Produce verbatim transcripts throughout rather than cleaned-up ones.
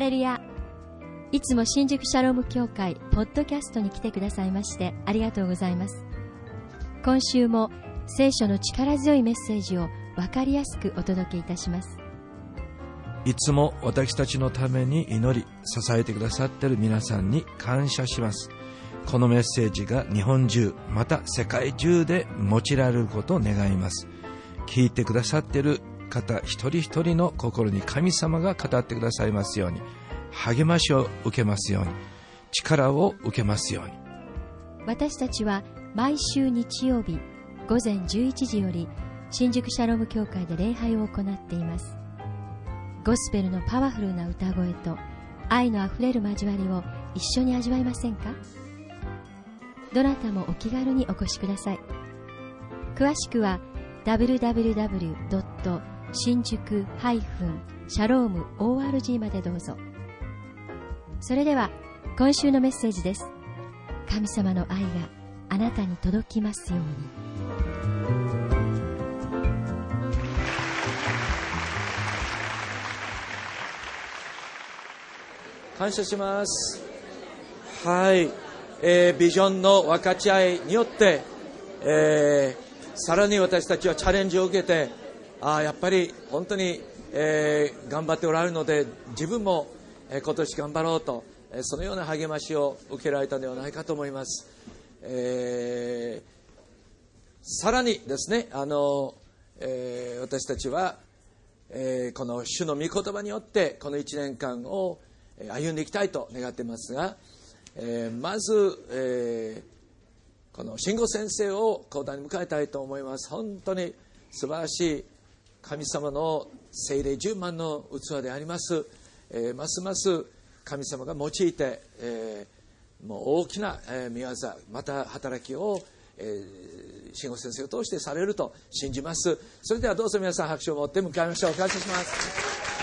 レルヤ。いつも新宿シャローム教会ポッドキャストに来てくださいましてありがとうございます。今週も聖書の力強いメッセージを分かりやすくお届けいたします。 いつも私たちのために祈り支えてくださっている皆さんに感謝します。このメッセージが日本中また世界中で用いられることを願います。聞いてくださっている方一人一人の心に神様が語ってくださいますように、励ましを受けますように、力を受けますように。 私たちは毎週日曜日午前じゅういちじより新宿シャローム教会で礼拝を行っています。ゴスペルのパワフルな歌声と愛のあふれる交わりを一緒に味わいませんか？どなたもお気軽にお越しください。詳しくは ダブリューダブリューダブリュードット新宿シャローム オーアールジー までどうぞ。それでは今週のメッセージです。神様の愛があなたに届きますように。 感謝します。はい、えー、ビジョンの分かち合いによって、えー、さらに私たちはチャレンジを受けて、あやっぱり本当に、えー、頑張っておられるので自分も、えー、今年頑張ろうと、えー、そのような励ましを受けられたのではないかと思います。えー、さらにですね、あの、えー、私たちは、えー、この主の御言葉によってこのいちねんかんを歩んでいきたいと願っていますが、えー、まず、えー、この慎吾先生を講談に迎えたいと思います。本当に素晴らしい神様の聖霊十万の器であります。えー、ますます神様が用いて、えー、もう大きな、えー、御業また働きを、えー、慎吾先生を通してされると信じます。それではどうぞ皆さん拍手を持って迎えましょう。感謝します。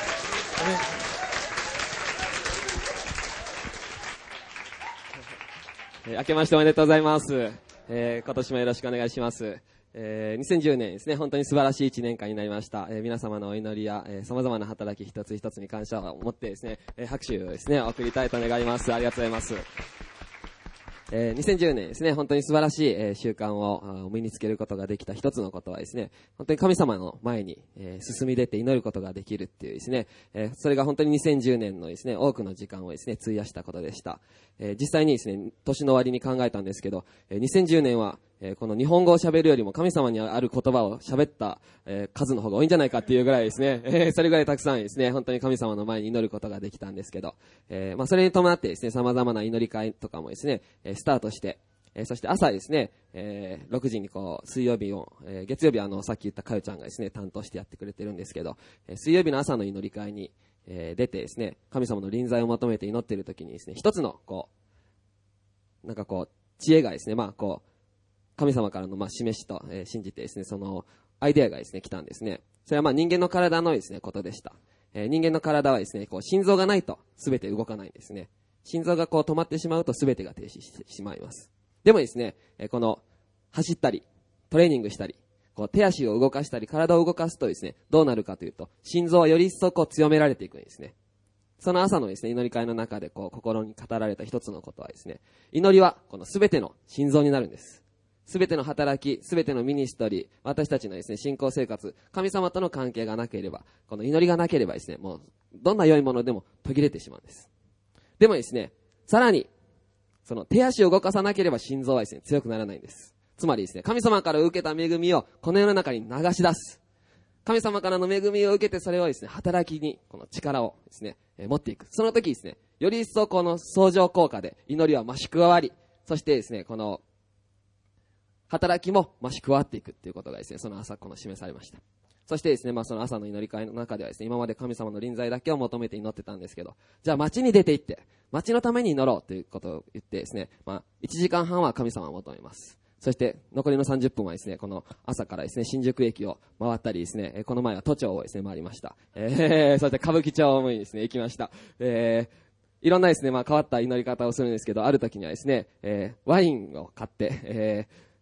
えー、明けましておめでとうございます。えー、今年もよろしくお願いします。えー、にせんじゅうねんですね、本当に素晴らしいいちねんかんになりました。えー、皆様のお祈りや、えー、様々な働き一つ一つに感謝を持ってですね、えー、拍手をですね、送りたいと願います。ありがとうございます。えー、にせんじゅうねんですね、本当に素晴らしい、えー、習慣を身につけることができた一つのことはですね、本当に神様の前に、えー、進み出て祈ることができるっていうですね、えー、それが本当ににせんじゅうねんのですね、多くの時間をですね、費やしたことでした。えー、実際にですね、年の終わりに考えたんですけど、えー、にせんじゅうねんはえー、この日本語を喋るよりも神様にある言葉を喋った、えー、数の方が多いんじゃないかっていうぐらいですね、えー、それぐらいたくさんですね、本当に神様の前に祈ることができたんですけど、えー、まあそれに伴ってですね、様々な祈り会とかもですね、えー、スタートして、えー、そして朝ですね、えー、ろくじにこう水曜日を、えー、月曜日はあのさっき言ったかよちゃんがですね担当してやってくれてるんですけど、えー、水曜日の朝の祈り会に、えー、出てですね、神様の臨在を求めて祈っている時にですね、一つのこうなんかこう知恵がですね、まあこう神様からのまあ示しと、えー、信じてですね、そのアイデアがですね来たんですね。それはまあ人間の体のですねことでした。えー、人間の体はですね、こう心臓がないと全て動かないんですね。心臓がこう止まってしまうと全てが停止してしまいます。でもですね、えー、この走ったりトレーニングしたり、こう手足を動かしたり体を動かすとですね、どうなるかというと、心臓はより一層こう強められていくんですね。その朝のですね、祈り会の中でこう心に語られた一つのことはですね、祈りはこの全ての心臓になるんです。すべての働き、すべてのミニストリー、私たちのですね、信仰生活、神様との関係がなければ、この祈りがなければですね、もう、どんな良いものでも途切れてしまうんです。でもですね、さらに、その手足を動かさなければ心臓はですね、強くならないんです。つまりですね、神様から受けた恵みをこの世の中に流し出す。神様からの恵みを受けて、それをですね、働きに、この力をですね、えー、持っていく。その時ですね、より一層この相乗効果で祈りは増し加わり、そしてですね、この、働きも増し加わっていくっていうことがですね、その朝この示されました。そしてですね、まあその朝の祈り会の中ではですね、今まで神様の臨在だけを求めて祈ってたんですけど、じゃあ街に出て行って、街のために祈ろうということを言ってですね、まあいちじかんはんは神様を求めます。そして残りのさんじゅっぷんはですね、この朝からですね、新宿駅を回ったりですね、この前は都庁をですね、回りました。えー、そして歌舞伎町もですね、行きました。えーいろんなですね、まあ変わった祈り方をするんですけど、ある時にはですね、えー、ワインを買って、えー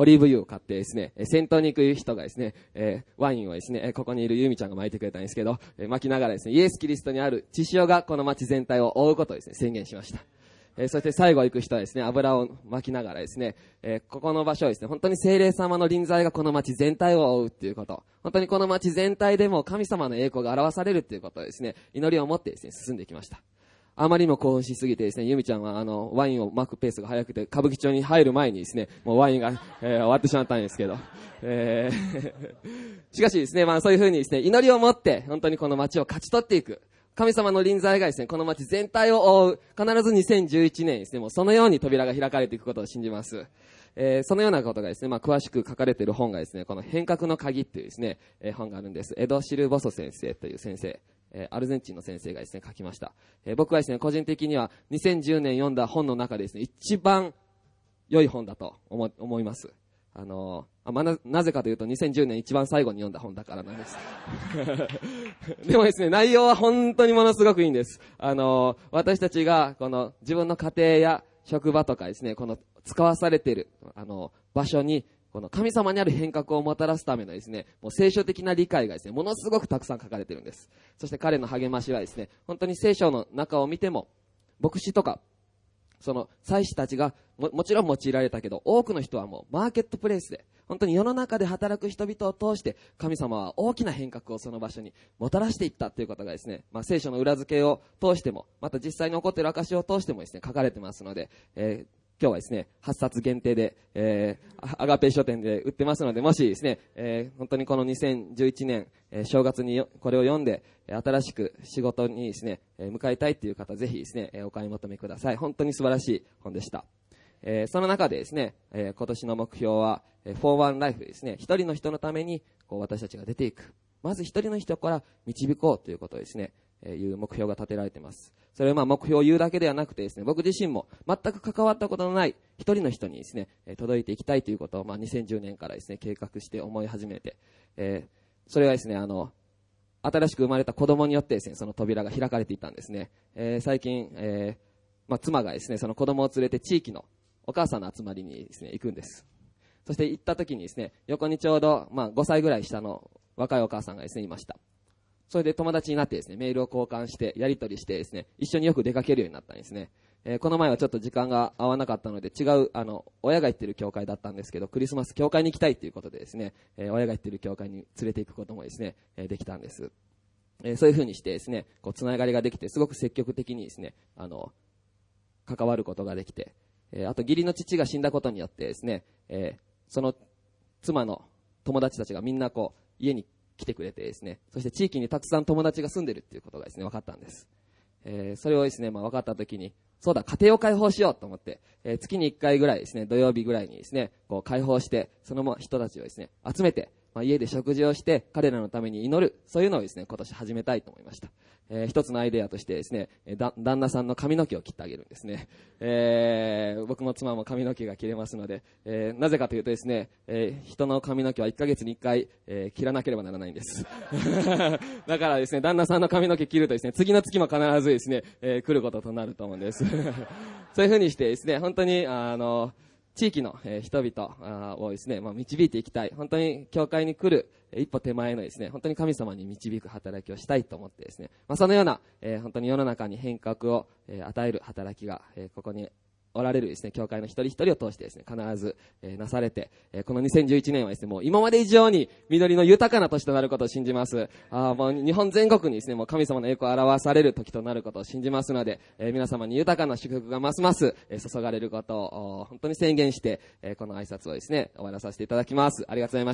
オリーブ油を買ってですね、先頭に行く人がですね、えー、ワインをですね、ここにいるユミちゃんが巻いてくれたんですけど、えー、巻きながらですね、イエス・キリストにある血潮がこの町全体を覆うことをですね、宣言しました。えー、そして最後行く人はですね、油を巻きながらですね、えー、ここの場所はですね、本当に聖霊様の臨在がこの町全体を覆うっていうこと、本当にこの町全体でも神様の栄光が表されるっていうことをですね、祈りを持ってですね、進んできました。あまりにも興奮しすぎてですね、ユミちゃんはあのワインを巻くペースが速くて、歌舞伎町に入る前にですね、もうワインが、えー、終わってしまったんですけど、えー、しかしですね、まあそういう風にですね、祈りを持って本当にこの街を勝ち取っていく。神様の臨在がですね、この街全体を覆う。必ずにせんじゅういちねんですね、もうそのように扉が開かれていくことを信じます。えー、そのようなことがですね、まあ詳しく書かれている本がですね、この変革の鍵っていうですね、えー、本があるんです。エド・シルボソ先生という先生。えー、アルゼンチンの先生がですね、書きました。えー、僕はですね、個人的にはにせんじゅうねん読んだ本の中でですね、一番良い本だと思、思います。あのー、あまあ、な、なぜかというとにせんじゅうねん一番最後に読んだ本だからなんです。でもですね、内容は本当にものすごくいいんです。あのー、私たちがこの自分の家庭や職場とかですね、この使わされている、あのー、場所にこの神様にある変革をもたらすためのですね、もう聖書的な理解がですね、ものすごくたくさん書かれているんです。そして彼の励ましはですね、本当に聖書の中を見ても、牧師とか、その祭司たちが も, もちろん用いられたけど、多くの人はもうマーケットプレイスで、本当に世の中で働く人々を通して、神様は大きな変革をその場所にもたらしていったということがですね、まあ聖書の裏付けを通しても、また実際に起こっている証を通してもですね、書かれてますので、えー今日はですね、はっさつ限定で、えー、アガペ書店で売ってますので、もしですね、えー、本当にこのにせんじゅういちねん、えー、正月にこれを読んで、新しく仕事にですね、えー、向かいたいという方、ぜひですね、えー、お買い求めください。本当に素晴らしい本でした。えー、その中でですね、えー、今年の目標は、えー、フォーワンライフですね、一人の人のために、こう、私たちが出ていく。まず一人の人から導こうということですね、えー、いう目標が立てられています。それはまあ目標を言うだけではなくてですね、僕自身も全く関わったことのない一人の人にですね、届いていきたいということをまあにせんじゅうねんからですね、計画して思い始めて、えー、それはですね、あの、新しく生まれた子供によってですね、その扉が開かれていたんですね。えー、最近、えー、まあ妻がですね、その子供を連れて地域のお母さんの集まりにですね、行くんです。そして行った時にですね、横にちょうどまあごさいぐらい下の若いお母さんがですね、いました。それで友達になってですね、メールを交換して、やり取りしてですね、一緒によく出かけるようになったんですね。えー、この前はちょっと時間が合わなかったので、違う、あの、親が行ってる教会だったんですけど、クリスマス教会に行きたいということでですね、えー、親が行ってる教会に連れて行くこともですね、えー、できたんです。えー、そういう風にしてですね、こう、つながりができて、すごく積極的にですね、あの、関わることができて、えー、あと義理の父が死んだことによってですね、えー、その妻の友達たちがみんなこう、家に来てくれてですね、そして地域にたくさん友達が住んでるっていうことがですね、分かったんです。えー、それをですね、まあ分かった時に、そうだ、家庭を開放しようと思って、えー、月にいっかいぐらいですね、土曜日ぐらいにですね、こう開放して、その人たちをですね、集めて、まあ、家で食事をして、彼らのために祈る、そういうのをですね、今年始めたいと思いました。えー、一つのアイデアとしてですね、だ、旦那さんの髪の毛を切ってあげるんですね。えー、僕も妻も髪の毛が切れますので、えー、なぜかというとですね、えー、人の髪の毛はいっかげつにいっかい、えー、切らなければならないんです。だからですね、旦那さんの髪の毛切るとですね、次の月も必ずですね、えー、来ることとなると思うんです。そういうふうにしてですね、本当に、あの、地域の、えー、人々をですね、まあ、導いていきたい。本当に教会に来る、えー、一歩手前のですね、本当に神様に導く働きをしたいと思ってですね、まあ、そのような、えー、本当に世の中に変革を、えー、与える働きが、えー、ここにおられるですね、教会の一人一人を通してですね、必ず、えー、なされて、えー、このにせんじゅういちねんはですね、もう今まで以上に実りの豊かな年となることを信じます。あもう日本全国にですね、もう神様の栄光を表される時となることを信じますので、えー、皆様に豊かな祝福がますます、えー、注がれることを本当に宣言して、えー、この挨拶をですね、終わらさせていただきます。ありがとうございました。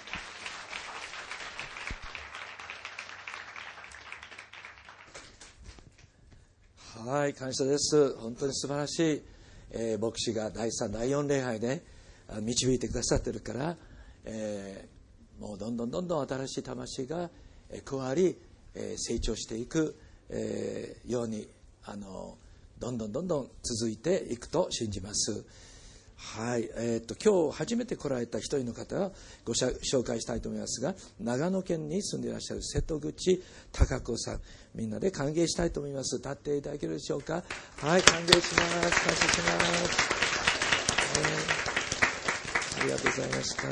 はい、感謝です。本当に素晴らしい、えー、牧師がだいさん、だいよん礼拝で導いてくださってるから、えー、もうどんどんどんどん新しい魂が加わり、えー、成長していく、えー、ようにあのどんどんどんどん続いていくと信じます。はい、えー、と今日初めて来られた一人の方をご紹介したいと思いますが、長野県に住んでいらっしゃる瀬戸口貴子さん、みんなで歓迎したいと思います。立っていただけるでしょうか。はい、歓迎します。感謝します。 ありがとうございました。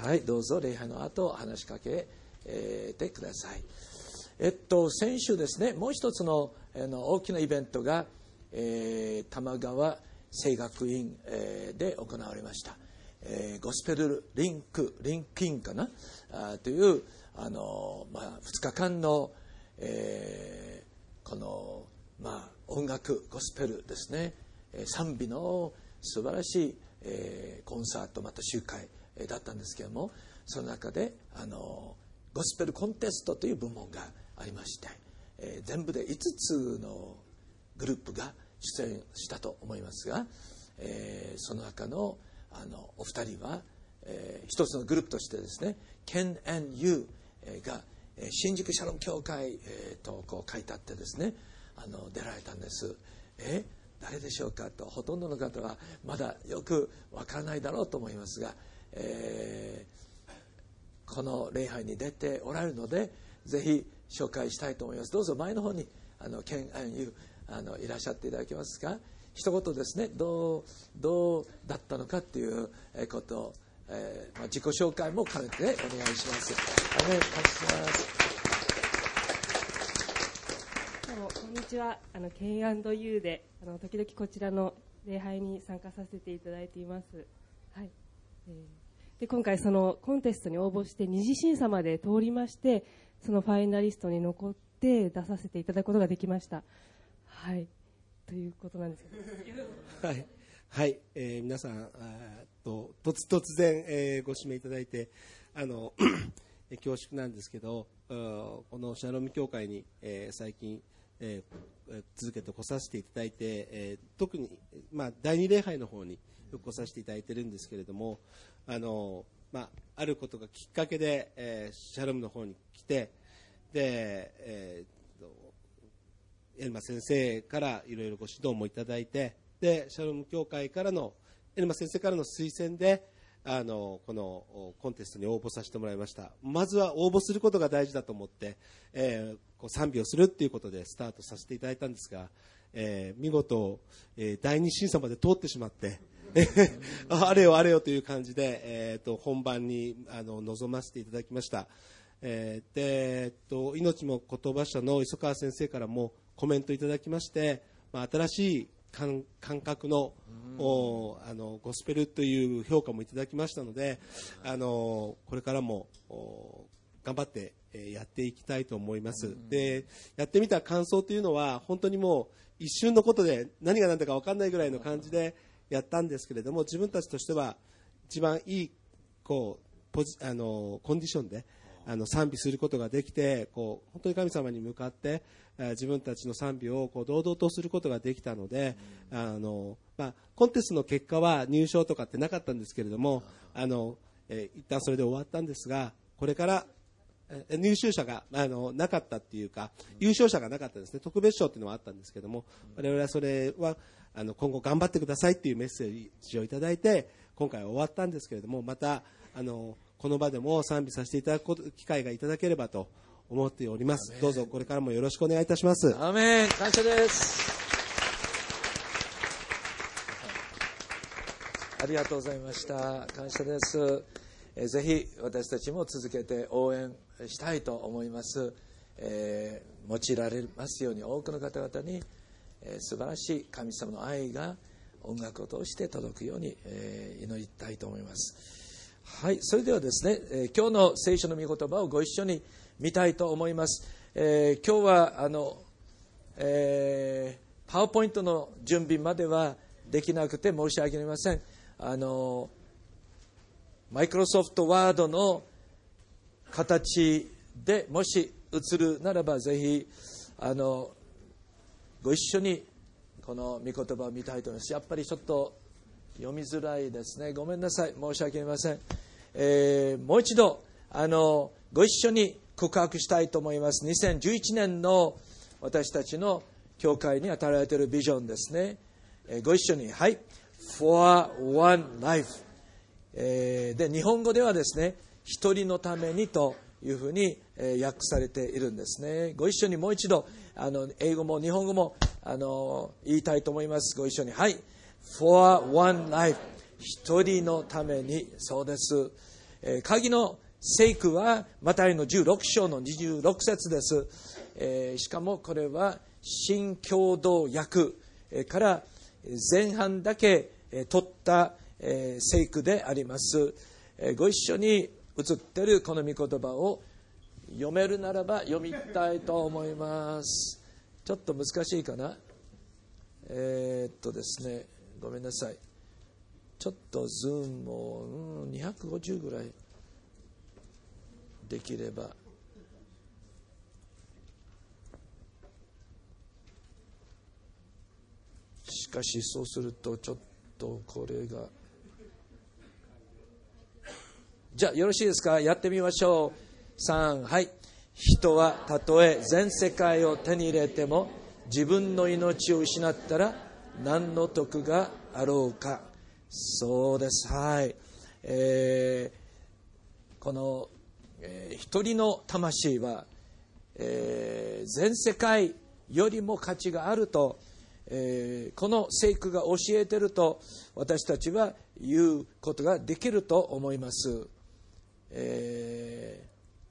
はい、どうぞ礼拝の後話しかけてください。えっと先週ですね、もう一つの、あの大きなイベントが、えー、玉川聖学院、えー、で行われました。えー、ゴスペルリンクリンキンかなあというあの、まあ、ふつかかんの、えー、この、まあ、音楽ゴスペルですね、えー、賛美の素晴らしい、えー、コンサートまた集会、えー、だったんですけれども、その中であのゴスペルコンテストという部門がありまして、えー、全部でいつつのグループが出演したと思いますが、えー、その中のあのお二人は、えー、一つのグループとしてですね ケンアンドユー が、えー、新宿シャロム教会、えー、とこう書いてあってですね、あの出られたんです。え誰でしょうかと、ほとんどの方はまだよくわからないだろうと思いますが、えー、この礼拝に出ておられるのでぜひ紹介したいと思います。どうぞ前の方にあのケンアンドユーあのいらっしゃっていただけますか。一言ですね、どう、どうだったのかっていうことを、えーまあ、自己紹介も兼ねてお願いします。ありがとうございます。 どうもこんにちは。あの ケンアンドユー であの時々こちらの礼拝に参加させていただいています。はい。えー、で今回そのコンテストに応募して二次審査まで通りまして、そのファイナリストに残って出させていただくことができました。はい。ということなんですけどはい、はいえー、皆さんあと突突然、えー、ご指名いただいてあの恐縮なんですけど、このシャロム教会に、えー、最近、えー、続けて来させていただいて、えー、特に、まあ、だいに礼拝の方によく来させていただいているんですけれども、あの、まあ、あることがきっかけで、えー、シャロムの方に来て、で、えーエルマ先生からいろいろご指導もいただいて、でシャロム教会からのエルマ先生からの推薦であのこのコンテストに応募させてもらいました。まずは応募することが大事だと思って、えー、こう賛美をするということでスタートさせていただいたんですが、えー、見事、えー、だいに審査まで通ってしまってあれよあれよという感じで、えー、と本番にあの臨ませていただきました。えー、で、えっと、命も言葉社の磯川先生からもコメントいただきまして、まあ、新しい感, 感覚 の,、うん、おあのゴスペルという評価もいただきましたので、あのこれからも頑張ってやっていきたいと思います、うん、でやってみた感想というのは本当にもう一瞬のことで何が何だか分かんないぐらいの感じでやったんですけれども、自分たちとしては一番いいこうポジあのコンディションであの賛美することができて、こう本当に神様に向かって自分たちの賛美をこう堂々とすることができたので、うん、あのまあ、コンテストの結果は入賞とかってなかったんですけれども、あの、えー、一旦それで終わったんですが、これから、えー、入賞者があのなかったっていうか、優勝者がなかったですね。特別賞っていうのはあったんですけども、我々はそれはあの今後頑張ってくださいっていうメッセージをいただいて今回は終わったんですけれども、またあのこの場でも賛美させていただく機会がいただければと思っております。どうぞこれからもよろしくお願いいたします。 アーメン。感謝です。ありがとうございました。感謝です。えー、ぜひ私たちも続けて応援したいと思います。えー、用いられますように多くの方々に、えー、素晴らしい神様の愛が音楽を通して届くように、えー、祈りたいと思います。はい、それではですね、えー、今日の聖書の御言葉をご一緒に見たいと思います。えー、今日はあの、えー、パワーポイントの準備まではできなくて申し訳ありません。あのマイクロソフトワードの形でもし映るならばぜひあのご一緒にこの御言葉を見たいと思います。やっぱりちょっと読みづらいですね。ごめんなさい。申し訳ありません。えー、もう一度あのご一緒に告白したいと思います。にせんじゅういちねんの私たちの教会に与えられているビジョンですね。えー、ご一緒に、はい。For one life。えー、で、日本語ではですね、一人のためにというふうに、えー、訳されているんですね。ご一緒にもう一度、あの、英語も日本語も、あの、言いたいと思います。ご一緒に、はい。For one life。 一人のために。そうです。えー、鍵の聖句はマタイのじゅうろく章のにじゅうろく節です。えー、しかもこれは新共同訳から前半だけ取った聖句であります。ご一緒に映っているこの御言葉を読めるならば読みたいと思います。ちょっと難しいかな。えー、っとですね、ごめんなさい。ちょっとズームも、うん、にひゃくごじゅうぐらいできれば。しかしそうするとちょっとこれが、じゃあよろしいですか。やってみましょう。さん、はい。人はたとえ全世界を手に入れても自分の命を失ったら何の得があろうか。そうです。はい。えー、この、えー、一人の魂は、えー、全世界よりも価値があると、えー、この聖句が教えていると私たちは言うことができると思います。え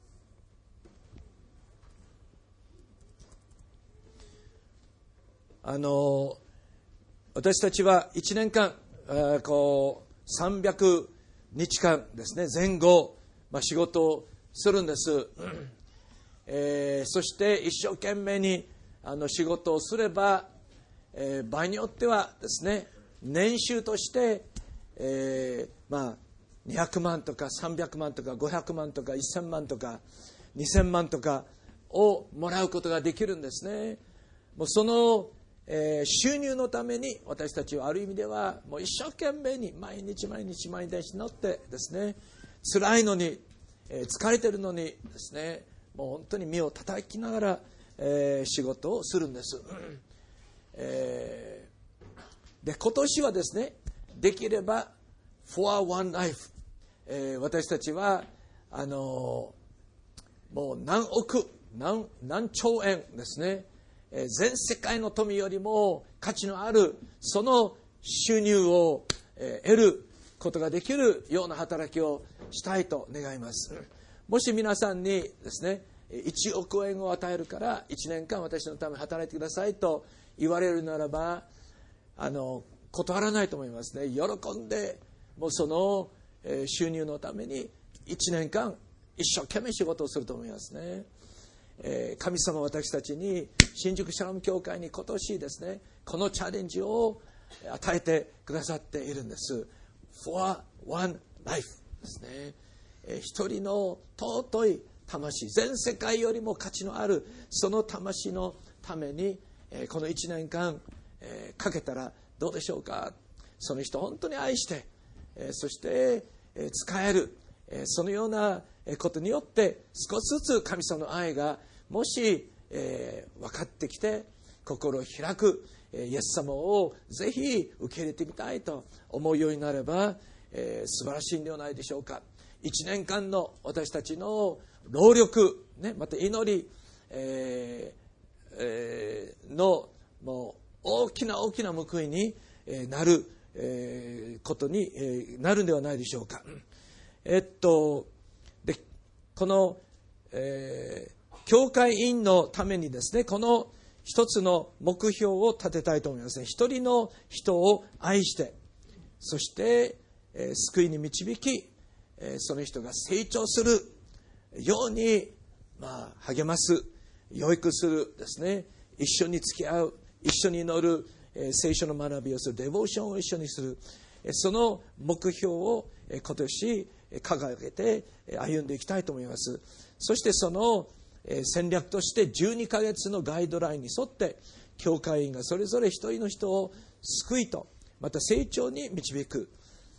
ー、あの私たちはいちねんかんあこうさんびゃくにちかんですね、前後、まあ、仕事をするんです、えー、そして一生懸命にあの仕事をすれば、えー、場合によってはですね、年収として、えー、まあにひゃくまんとかさんびゃくまんとかごひゃくまんとかせんまんとかにせんまんとかをもらうことができるんですね。もうその、えー、収入のために私たちはある意味ではもう一生懸命に毎日毎日満員電車に乗ってですね、辛いのに、えー、疲れてるのにですね、もう本当に身を叩きながら、えー、仕事をするんです、えー、で今年はですね、できれば For One Life、えー、私たちはあのー、もう何億 何, 何兆円ですね、えー、全世界の富よりも価値のあるその収入を、えー、得ることができるような働きをしたいと願います。もし皆さんにですね、いちおくえんを与えるからいちねんかん私のために働いてくださいと言われるならば、あの断らないと思いますね。喜んでもうその収入のためにいちねんかん一生懸命仕事をすると思いますね。神様は私たちに新宿シャロム教会に今年ですね、このチャレンジを与えてくださっているんです。 For One Life ですね。一人の尊い魂、全世界よりも価値のあるその魂のためにこのいちねんかんかけたらどうでしょうか。その人を本当に愛してそして使える、そのようなことによって少しずつ神様の愛がもし分かってきて心を開く、イエス様をぜひ受け入れてみたいと思うようになれば素晴らしいんではないでしょうか。いちねんかんの私たちの労力、ね、また祈り、えーえー、のもう大きな大きな報いになることになるんではないでしょうか。えっとでこの、えー、教会員のためにですね、この一つの目標を立てたいと思いますね。一人の人を愛して、そして、えー、救いに導き、えー、その人が成長するように、まあ、励ます、養育するですね、一緒に付き合う、一緒に祈る、えー、聖書の学びをする、デボーションを一緒にする、えー、その目標を、えー、今年掲げて歩んでいきたいと思います。そしてその、えー、戦略としてじゅうにかげつのガイドラインに沿って教会員がそれぞれ一人の人を救いとまた成長に導く、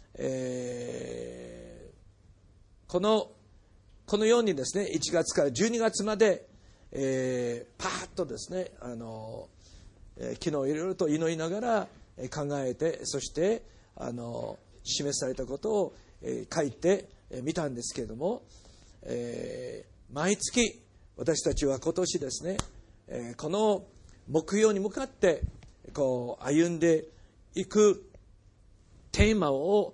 えー、このこのようにですね、いちがつからじゅうにがつまで、えー、パーッとですね、あの、えー、昨日いろいろと祈りながら考えて、そしてあの示されたことを、えー、書いてみたんですけれども、えー、毎月私たちは今年ですね、えー、この目標に向かってこう歩んでいくテーマを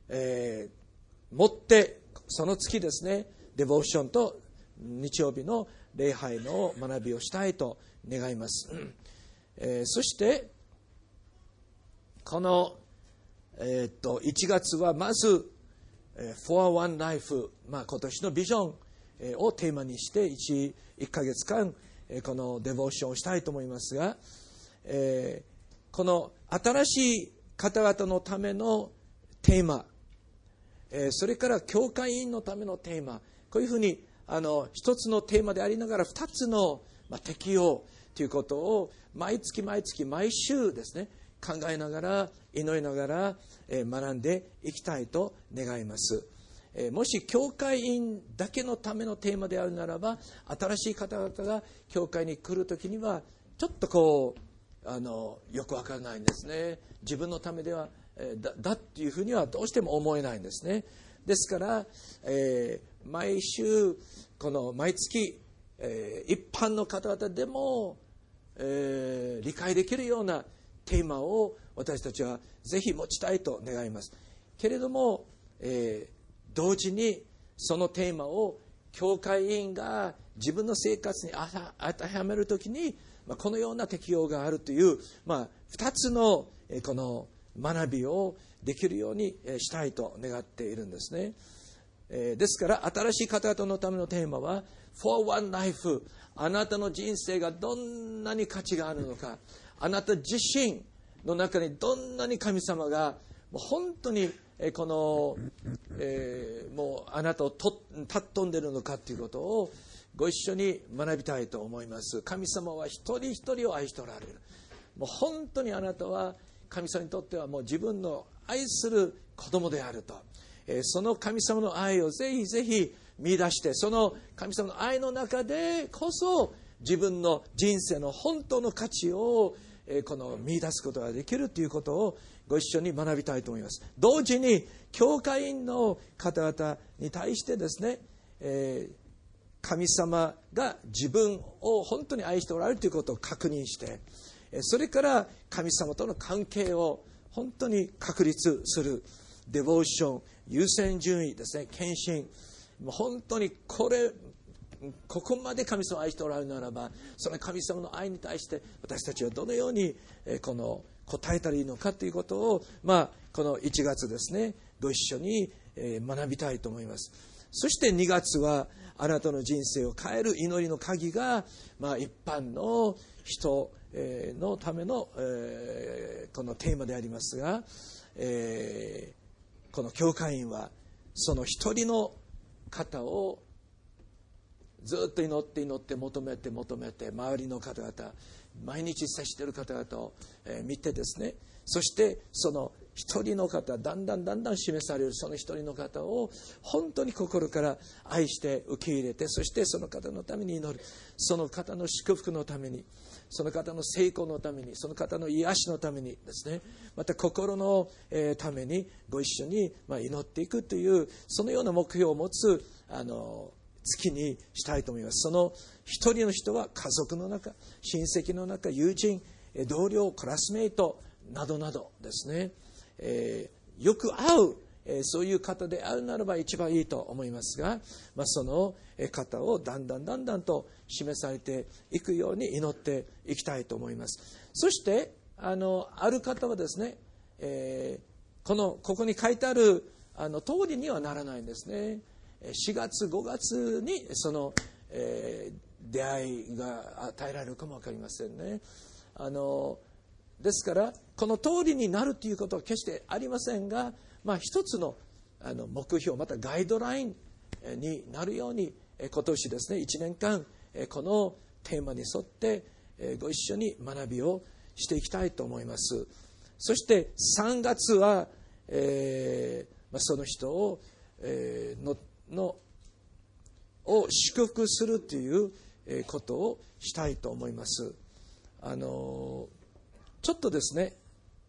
えー、持ってその月ですね、デボーションと日曜日の礼拝の学びをしたいと願います。えー、そしてこの、えー、っといちがつはまず、えー、フォアワンライフ、まあ、今年のビジョン、えー、をテーマにして 1, 1ヶ月間、えー、このデボーションをしたいと思いますが、えー、この新しい方々のためのテーマ、えー、それから教会員のためのテーマ、こういうふうにあの一つのテーマでありながら二つの、まあ、適用ということを毎月毎月毎週ですね、考えながら祈りながら、えー、学んでいきたいと願います。えー、もし教会員だけのためのテーマであるならば、新しい方々が教会に来るときにはちょっとこうあのよくわからないんですね。自分のためでは、えー、だ, だっていうふうにはどうしても思えないんですね。ですから、えー、毎週この毎月、えー、一般の方々でも、えー、理解できるようなテーマを私たちはぜひ持ちたいと願いますけれども、えー、同時にそのテーマを教会員が自分の生活に当てはめるときに、まあ、このような適用があるという、まあ、ふたつの、えー、この学びをできるようにしたいと願っているんですね。えー、ですから新しい方々のためのテーマは For One Life、 あなたの人生がどんなに価値があるのか、あなた自身の中にどんなに神様がもう本当にこの、えー、もうあなたをと尊んでいるのかということをご一緒に学びたいと思います。神様は一人一人を愛しておられる。もう本当にあなたは神様にとってはもう自分の愛する子供であると、えー、その神様の愛をぜひぜひ見出して、その神様の愛の中でこそ自分の人生の本当の価値を、えー、この見出すことができるということをご一緒に学びたいと思います。同時に教会員の方々に対してですね、えー、神様が自分を本当に愛しておられるということを確認して、それから神様との関係を本当に確立するデボーション、優先順位ですね、献身、もう本当にこれここまで神様を愛しておられるならば、その神様の愛に対して私たちはどのようにこの答えたらいいのかということを、まあ、このいちがつですね、ご一緒に学びたいと思います。そしてにがつはあなたの人生を変える祈りの鍵が、まあ、一般の人のための、えー、このテーマでありますが、えー、この教会員はその一人の方をずっと祈って祈って求めて求めて、周りの方々、毎日接している方々を見てですね、そしてその一人の方、だんだんだんだん示されるその一人の方を本当に心から愛して受け入れて、そしてその方のために祈る、その方の祝福のために、その方の成功のために、その方の癒しのためにですね、また心のためにご一緒に祈っていくという、そのような目標を持つあの月にしたいと思います。その一人の人は家族の中、親戚の中、友人、同僚、クラスメイトなどなどですね、えー、よく会う、えー、そういう方であるならば一番いいと思いますが、まあ、その方をだんだんだんだんと示されていくように祈っていきたいと思います。そしてあのある方はですね、えー、このここに書いてあるあの通りにはならないんですね。しがつごがつにその、えー、出会いが与えられるかも分かりませんね。あのですからこの通りになるということは決してありませんが、まあ、一つの、あの目標、またガイドラインになるように今年ですねいちねんかんこのテーマに沿ってご一緒に学びをしていきたいと思います。そしてさんがつは、えー、その人を、えー、ののを祝福するということをしたいと思います。あのちょっとですね、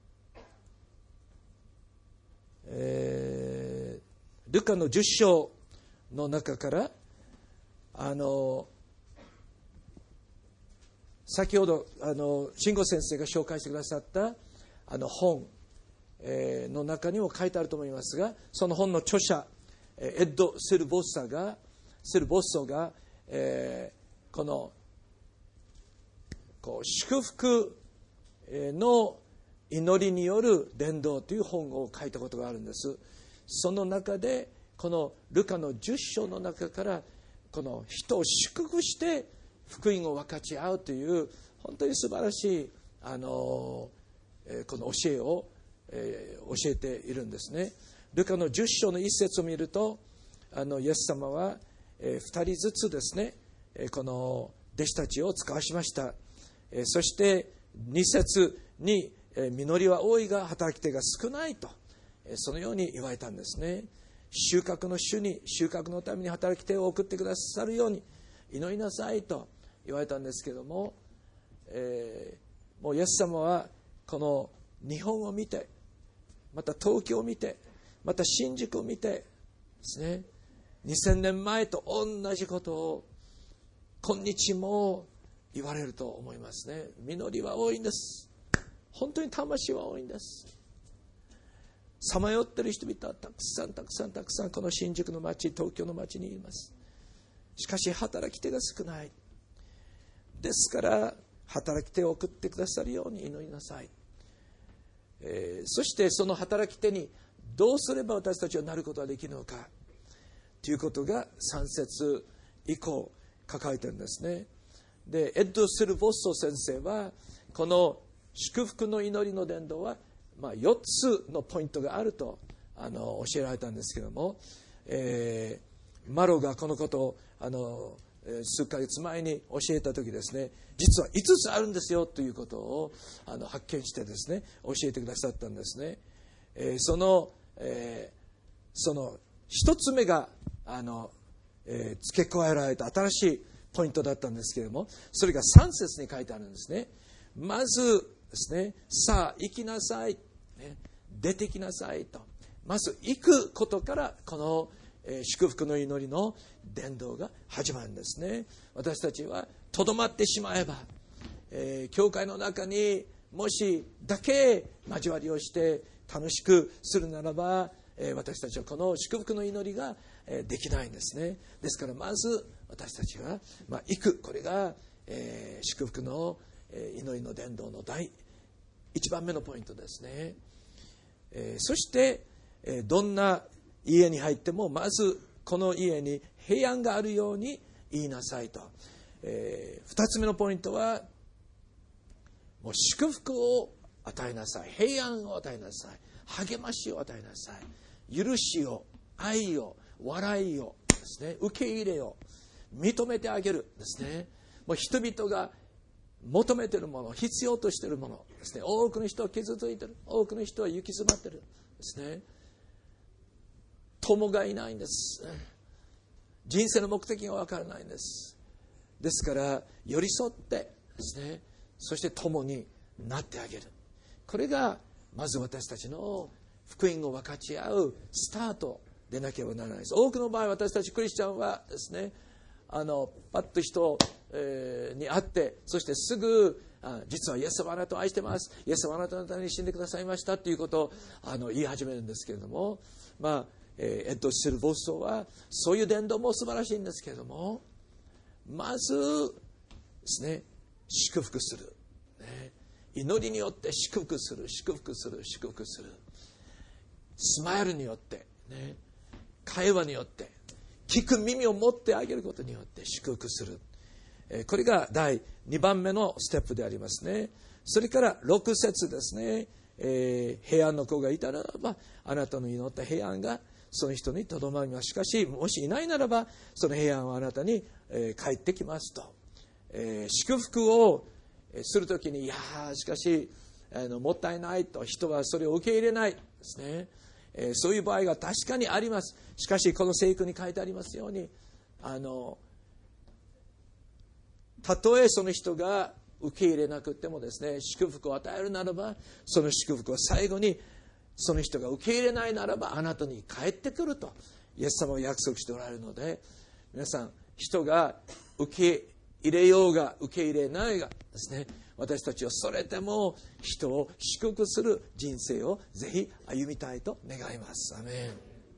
えー、ルカのじゅっ章の中からあの先ほどあの慎吾先生が紹介してくださったあの本、 の中にも書いてあると思いますが、その本の著者エッド・セルボッサがセルボッソが、えー、このこう祝福の祈りによる伝道という本を書いたことがあるんです。その中でこのルカのじゅっ章の中からこの人を祝福して福音を分かち合うという本当に素晴らしいあのこの教えを、えー、教えているんですね。ルカのじゅっ章の一節を見ると、あのイエス様は、えー、ふたりずつですね、この弟子たちを使わしました。えー、そしてに節に、えー、実りは多いが働き手が少ないと、えー、そのように言われたんですね。収穫の主に収穫のために働き手を送ってくださるように祈りなさいと言われたんですけども、えー、もうイエス様はこの日本を見て、また東京を見て、また新宿を見てですね、にせんねんまえと同じことを今日も言われると思いますね。実りは多いんです。本当に魂は多いんです。さまよっている人々はたくさんたくさんたくさんこの新宿の町、東京の町にいます。しかし働き手が少ない。ですから働き手を送ってくださるように祈りなさい。えー、そしてその働き手にどうすれば私たちはなることができるのかということがさん節以降書かれているんですね。でエッド・セルボッソ先生はこの祝福の祈りの伝道はまあ、よっつのポイントがあるとあの教えられたんですけども、えー、マロがこのことをあの数ヶ月前に教えた時ですね、実はいつつあるんですよということをあの発見してですね教えてくださったんですね。えー、その、えー、その一つ目があの、えー、付け加えられた新しいポイントだったんですけれども、それがさん節に書いてあるんですね。まずですね、さあ行きなさい、ね、出てきなさいと、まず行くことからこの、えー、祝福の祈りの伝道が始まるんですね。私たちはとどまってしまえば、えー、教会の中にもしだけ交わりをして楽しくするならば、えー、私たちはこの祝福の祈りが、えー、できないんですね。ですからまず私たちは、まあ、行く、これが、えー、祝福の祈りの伝道の第一番目のポイントですね。えー、そして、えー、どんな家に入ってもまずこの家に平安があるように言いなさいと。えー、二つ目のポイントはもう祝福を与えなさい、平安を与えなさい、励ましを与えなさい、許しを、愛を、笑いをですね、受け入れを認めてあげるですね。もう人々が求めているもの、必要としているものですね。多くの人は傷ついている、多くの人は行き詰まっているですね。友がいないんです。人生の目的がわからないんです。ですから寄り添ってですね、そして友になってあげる、これがまず私たちの福音を分かち合うスタートでなければならないです。多くの場合私たちクリスチャンはですね、あのパッと人、えー、に会って、そしてすぐあ実はイエス様あなたを愛してます、イエス様あなたのために死んでくださいましたということをあの言い始めるんですけれども、まあえー、エッド・シルボッソはそういう伝道も素晴らしいんですけれども、まずですね、祝福する、ね、祈りによって祝福する、祝福する、祝福する、スマイルによって、ね、会話によって、聞く耳を持ってあげることによって祝福する、えー、これがだいにばんめのステップでありますね。それからろく節ですね、えー、平安の子がいたならばあなたの祈った平安がその人にとどまります。しかしもしいないならばその平安はあなたに、えー、返ってきますと、えー、祝福をするときに、いやしかしあのもったいないと、人はそれを受け入れないですね、えー、そういう場合が確かにあります。しかしこの聖句に書いてありますように、あのたとえその人が受け入れなくてもですね、祝福を与えるならばその祝福は最後にその人が受け入れないならばあなたに返ってくるとイエス様は約束しておられるので、皆さん人が受け入れようが受け入れないがですね、 私たちはそれでも人を祝福する人生をぜひ歩みたいと願います。アメン。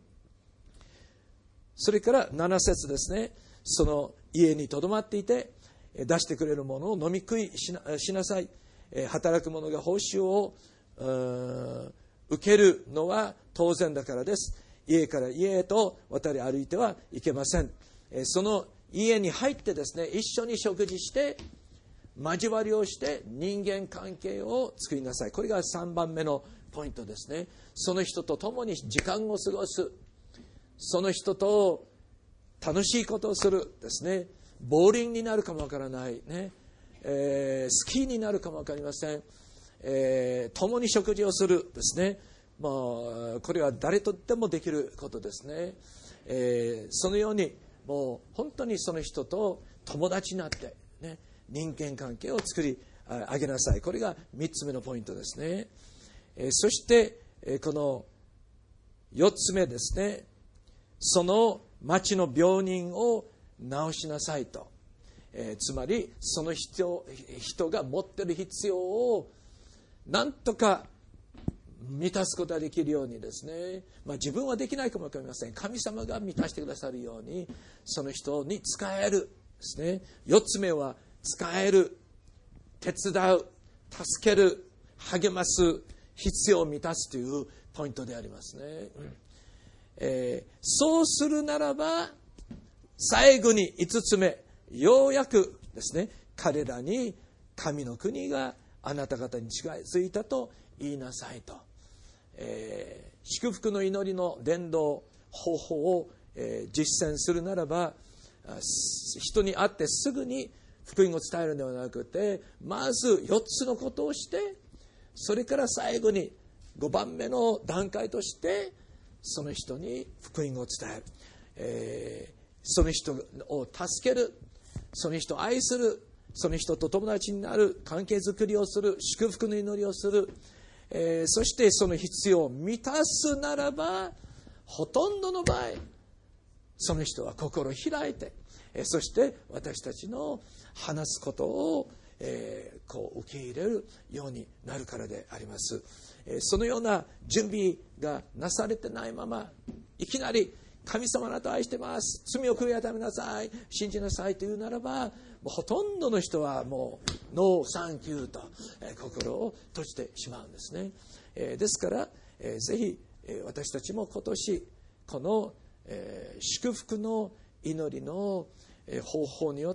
それからなな節ですね。その家にとどまっていて出してくれるものを飲み食いし な, しなさい。働く者が報酬を受けるのは当然だからです。家から家へと渡り歩いてはいけません。その家に入ってですね、一緒に食事して交わりをして人間関係を作りなさい。これがさんばんめのポイントですね。その人と共に時間を過ごす、その人と楽しいことをするですね。ボーリングになるかもわからないね、えー、スキーになるかもわかりません、えー、共に食事をするですね。もうこれは誰とでもできることですね、えー、そのようにもう本当にその人と友達になって、ね、人間関係を作り上げなさい。これがみっつめのポイントですね、えー、そして、えー、このよっつめですね。その町の病人を治しなさいと、えー、つまりその 人, 人が持っている必要をなんとか満たすことができるようにですね、まあ、自分はできないかもわかりません。神様が満たしてくださるようにその人に仕えるですね。よっつめは仕える、手伝う、助ける、励ます、必要を満たすというポイントでありますね、うんえー、そうするならば最後にいつつめ、ようやくですね、彼らに神の国があなた方に近づいたと言いなさいと、えー、祝福の祈りの伝道方法を、えー、実践するならば、人に会ってすぐに福音を伝えるのではなくて、まずよっつのことをして、それから最後にごばんめの段階としてその人に福音を伝える、えー、その人を助ける、その人を愛する、その人と友達になる、関係づくりをする、祝福の祈りをする、えー、そしてその必要を満たすならば、ほとんどの場合その人は心を開いて、えー、そして私たちの話すことを、えー、こう受け入れるようになるからであります。えー、そのような準備がなされてないまま、いきなり神様あなたを愛してます、罪を悔い改めなさい、信じなさいというならば、もうほとんどの人はもうノーサンキューと、えー、心を閉じてしまうんですね。えー、ですから、えー、ぜひ、えー、私たちも今年この、えー、祝福の祈りの、えー、方法によって、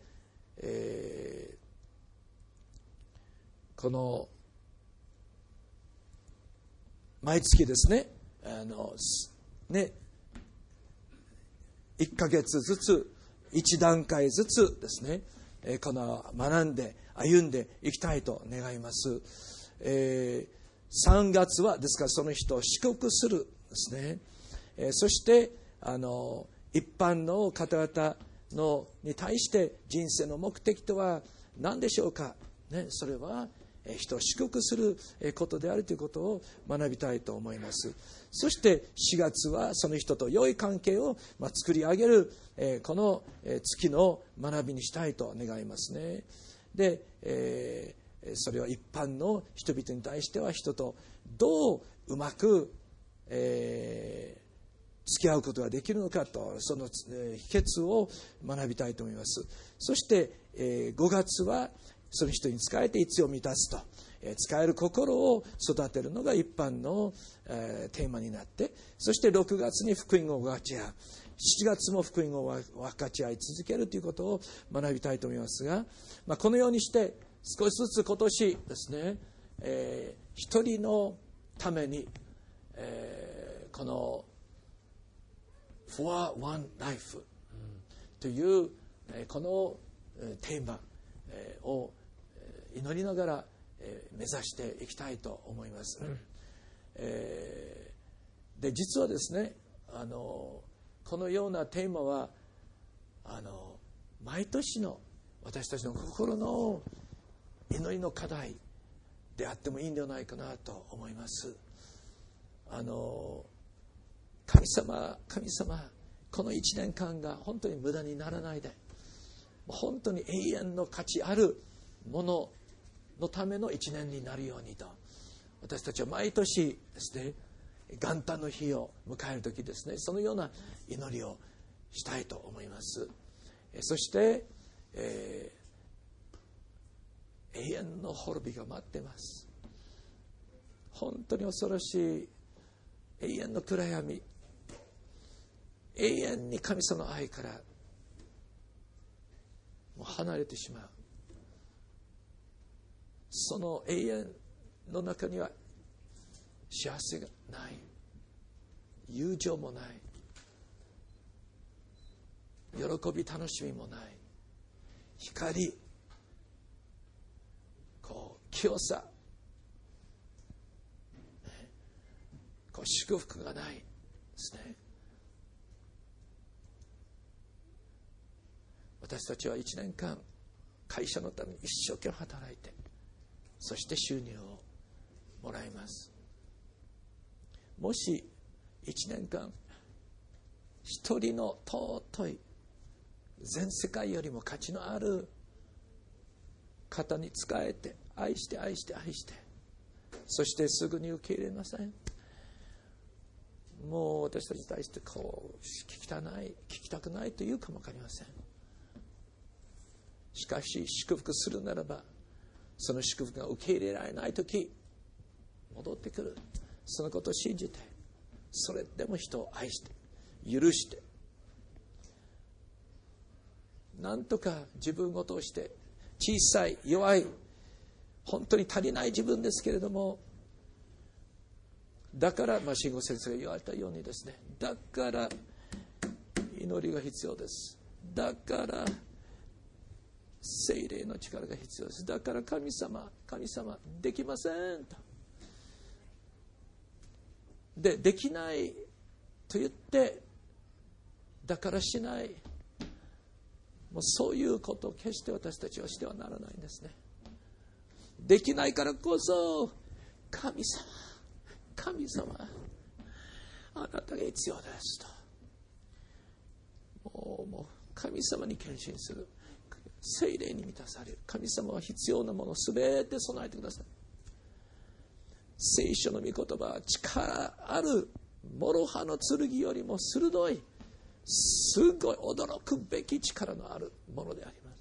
えー、この毎月ですね、あのねいっかげつずついち段階ずつですね、この学んで歩んでいきたいと願います。えー、さんがつはですからその人を祝福するですね。えー、そしてあの一般の方々のに対して人生の目的とは何でしょうか、ね、それは人を祝福することであるということを学びたいと思います。そしてしがつはその人と良い関係を作り上げるこの月の学びにしたいと願いますね。で、えー、それは一般の人々に対しては人とどううまく、えー、付き合うことができるのかと、その秘訣を学びたいと思います。そして、えー、ごがつはその人に仕えて必要を満たすと、えー、使える心を育てるのが一般の、えー、テーマになって、そしてろくがつに福音を分かち合う、しちがつも福音を分かち合い続けるということを学びたいと思いますが、まあ、このようにして少しずつ今年ですね、えー、一人のために、えー、この For One Life という、えー、このテーマを祈りながら目指していきたいと思います。うん、えー、で実はですね、あのこのようなテーマはあの毎年の私たちの心の祈りの課題であってもいいんではないかなと思います。あの神様神様このいちねんかんが本当に無駄にならないで、本当に永遠の価値あるもののための一年になるようにと、私たちは毎年ですね、元旦の日を迎えるときですね、そのような祈りをしたいと思います。そして、えー、永遠の滅びが待っています。本当に恐ろしい永遠の暗闇、永遠に神様の愛からもう離れてしまう。その永遠の中には幸せがない、友情もない、喜び楽しみもない、光、こう清さ、こう祝福がないですね。私たちはいちねんかん会社のために一生懸命働いて、そして収入をもらいます。もしいちねんかん一人の尊い全世界よりも価値のある方に仕えて、愛して愛して愛して、そしてすぐに受け入れません。もう私たちに対してこう聞きたない、聞きたくないというかもわかりません。しかし祝福するならば、その祝福が受け入れられないとき戻ってくる、そのことを信じて、それでも人を愛して許して、なんとか自分を通して小さい弱い本当に足りない自分ですけれども、だから、まあ、慎吾先生が言われたようにですね、だから祈りが必要です。だから聖霊の力が必要です。だから神様、神様できませんと。で、できないと言って、だからしない。もうそういうことを決して私たちはしてはならないんですね。できないからこそ、神様、神様、あなたが必要ですと。もう、もう神様に献身する。聖霊に満たされる。神様は必要なものをすべて備えてください。聖書の御言葉は力ある諸刃の剣よりも鋭い、すごい驚くべき力のあるものであります。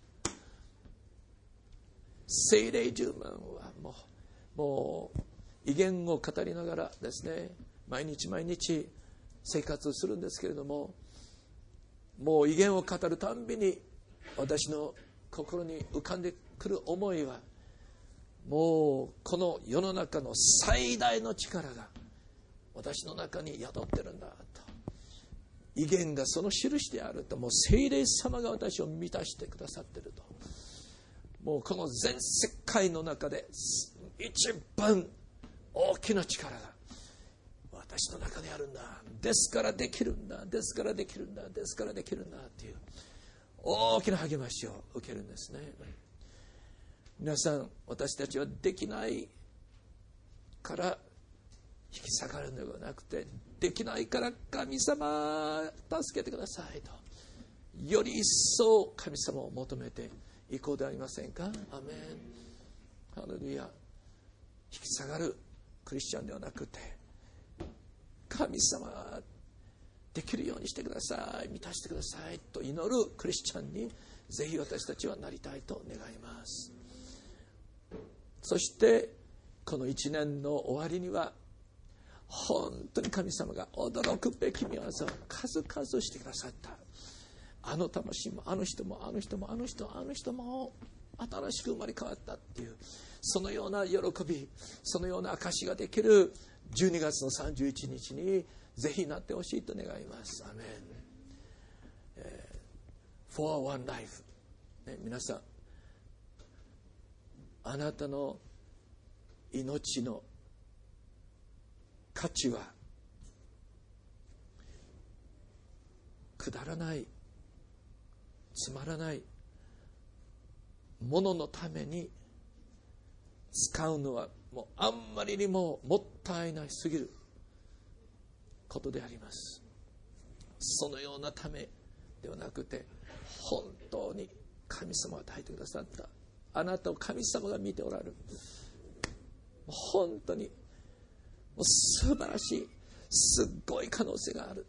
聖霊十万はもう、もう威厳を語りながらですね、毎日毎日生活するんですけれども、もう威厳を語るたんびに私の心に浮かんでくる思いは、もうこの世の中の最大の力が私の中に宿ってるんだと、威厳がその印であると、もう聖霊様が私を満たしてくださっていると、もうこの全世界の中で一番大きな力が私の中にあるんだ、ですからできるんだ、ですからできるんだ、ですからできるんだっていう大きな励ましを受けるんですね。皆さん、私たちはできないから引き下がるのではなくて、できないから神様助けてくださいと、より一層神様を求めていこうではありませんか。アメン。ハレルヤ。引き下がるクリスチャンではなくて、神様できるようにしてください、満たしてくださいと祈るクリスチャンにぜひ私たちはなりたいと願います。そしてこの一年の終わりには、本当に神様が驚くべき御業を数々してくださった。あの魂もあの人もあの人もあの人あの人も新しく生まれ変わったっていう、そのような喜び、そのような証ができるじゅうにがつのさんじゅういちにちにぜひなってほしいと願います。アメン。えー、For One Life、ね、皆さん、あなたの命の価値はくだらない、つまらないもののために使うのはもうあんまりにももったいないすぎることであります。そのようなためではなくて、本当に神様が与えてくださったあなたを神様が見ておられる。本当にもう素晴らしい、すっごい可能性がある。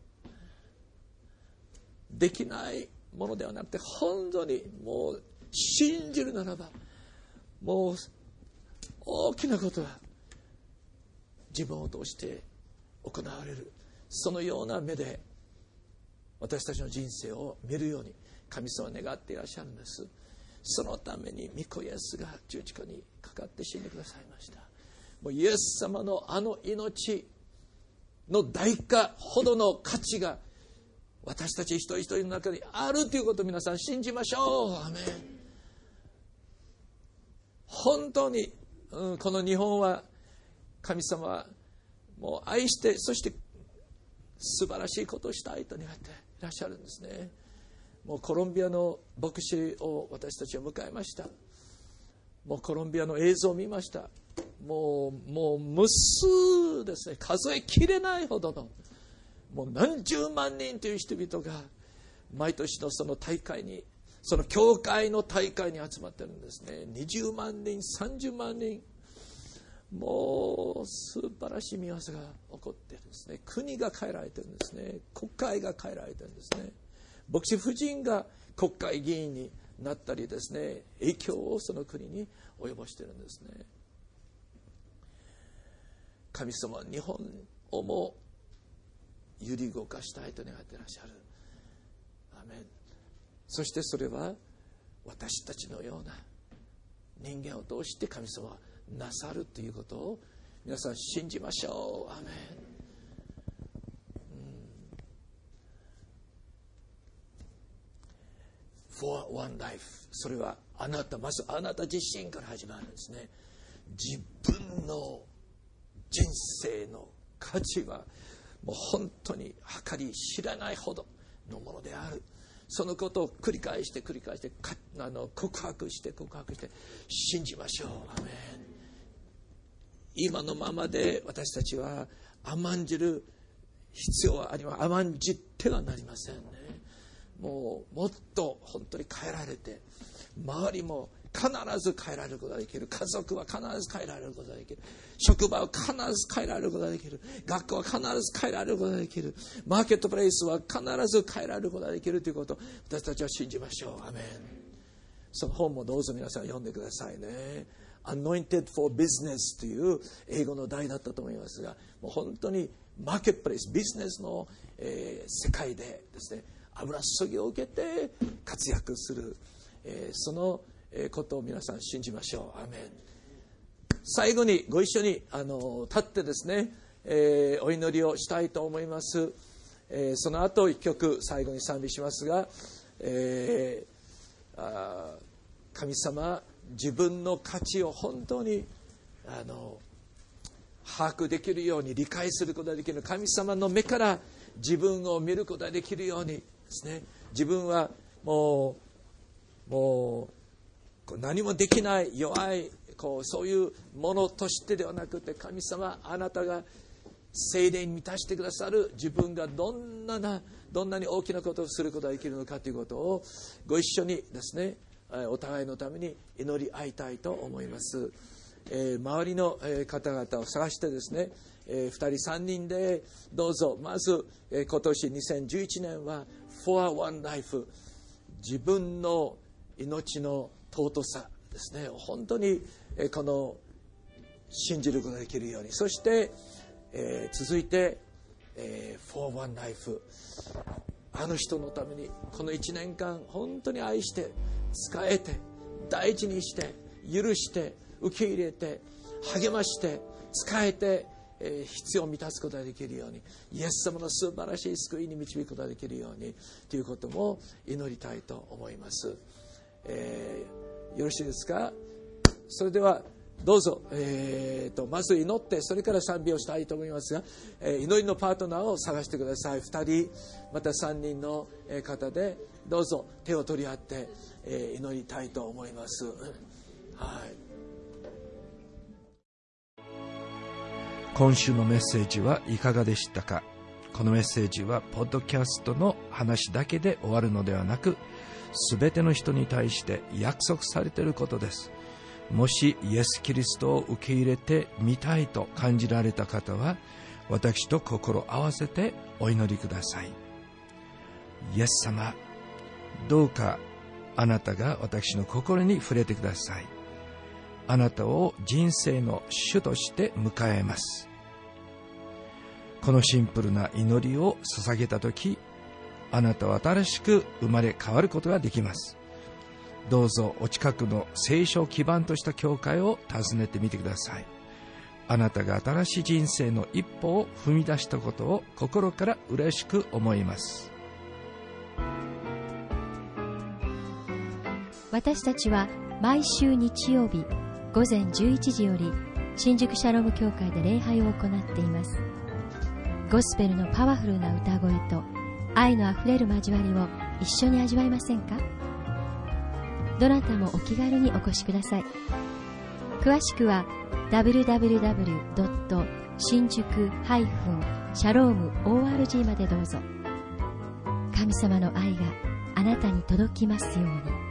できないものではなくて、本当にもう信じるならば、もう大きなことは自分を通して行われる。そのような目で私たちの人生を見るように神様は願っていらっしゃるんです。そのために御子イエスが十字架にかかって死んでくださいました。もうイエス様のあの命の代価ほどの価値が私たち一人一人の中にあるということを皆さん信じましょう。アメン。本当に、うん、この日本は神様はもう愛して、そして素晴らしいことをしたいと願っていらっしゃるんですね。もうコロンビアの牧師を私たちは迎えました。もうコロンビアの映像を見ました。もうもう無数ですね、数えきれないほどのもう何十万人という人々が毎年のその大会に、その教会の大会に集まってるんですね。にじゅうまんにん、さんじゅうまんにん、もう素晴らしい見業が起こっているんですね。国が変えられているんですね。国会が変えられているんですね。牧師夫人が国会議員になったりですね、影響をその国に及ぼしているんですね。神様は日本をも揺り動かしたいと願っていらっしゃる。アメン。そしてそれは私たちのような人間を通して神様はなさるということを皆さん信じましょう。アメン。For one life、 それはあなた、まずあなた自身から始まるんですね。自分の人生の価値はもう本当に計り知らないほどのものである。そのことを繰り返して繰り返してあの告白して告白して信じましょう。アメン。今のままで私たちは甘んじる必要はあります。甘んじってはなりませんね。もうもっと本当に変えられて、周りも必ず変えられることができる。家族は必ず変えられることができる。職場は必ず変えられることができる。学校は必ず変えられることができる。マーケットプレイスは必ず変えられることができるということを私たちは信じましょう。アメン。その本もどうぞ皆さん読んでくださいね。Anointed for Business という英語の題だったと思いますが、もう本当にマーケットプレイス、ビジネスの、えー、世界でですね、油注ぎを受けて活躍する、えー、そのことを皆さん信じましょう。アメン。最後にご一緒にあの立ってですね、えー、お祈りをしたいと思います。えー、その後一曲最後に賛美しますが、えー、あ神様、自分の価値を本当にあの把握できるように、理解することができる、神様の目から自分を見ることができるようにですね、自分はもうもう何もできない弱いこうそういうものとしてではなくて、神様、あなたが聖霊に満たしてくださる自分がどんななどんなに大きなことをすることができるのかということをご一緒にですね、お互いのために祈り合いたいと思います。えー、周りの方々を探してですね、えー、ふたりさんにんでどうぞ、まず、えー、今年にせんじゅういちねんは For One Life、 自分の命の尊さですね、本当に、えー、この信じることができるように、そして、えー、続いて、えー、For One Life、 あの人のためにこのいちねんかん本当に愛して使えて大事にして許して受け入れて励まして使えて、えー、必要を満たすことができるように、イエス様の素晴らしい救いに導くことができるようにということも祈りたいと思います。えー、よろしいですか。それではどうぞ、えー、とまず祈ってそれから賛美をしたいと思いますが、えー、祈りのパートナーを探してください。ふたりまたさんにんの方でどうぞ手を取り合って、えー、祈りたいと思います。はい、 今週のメッセージはいかがでしたか。このメッセージはポッドキャストの話だけで終わるのではなく、 すべての人に対して約束されていることです。もしイエス・キリストを受け入れてみたいと感じられた方は、私と心を合わせてお祈りください。イエス様、どうかあなたが私の心に触れてください。あなたを人生の主として迎えます。このシンプルな祈りを捧げたとき、あなたは新しく生まれ変わることができます。どうぞお近くの聖書を基盤とした教会を訪ねてみてください。あなたが新しい人生の一歩を踏み出したことを心から嬉しく思います。 私たちは毎週日曜日午前じゅういちじより新宿シャローム教会で礼拝を行っています。ゴスペルのパワフルな歌声と愛のあふれる交わりを一緒に味わいませんか？どなたもお気軽にお越しください。詳しくは ダブリューダブリューダブリュードットしんじゅくシャロームオーアールジー までどうぞ。神様の愛があなたに届きますように。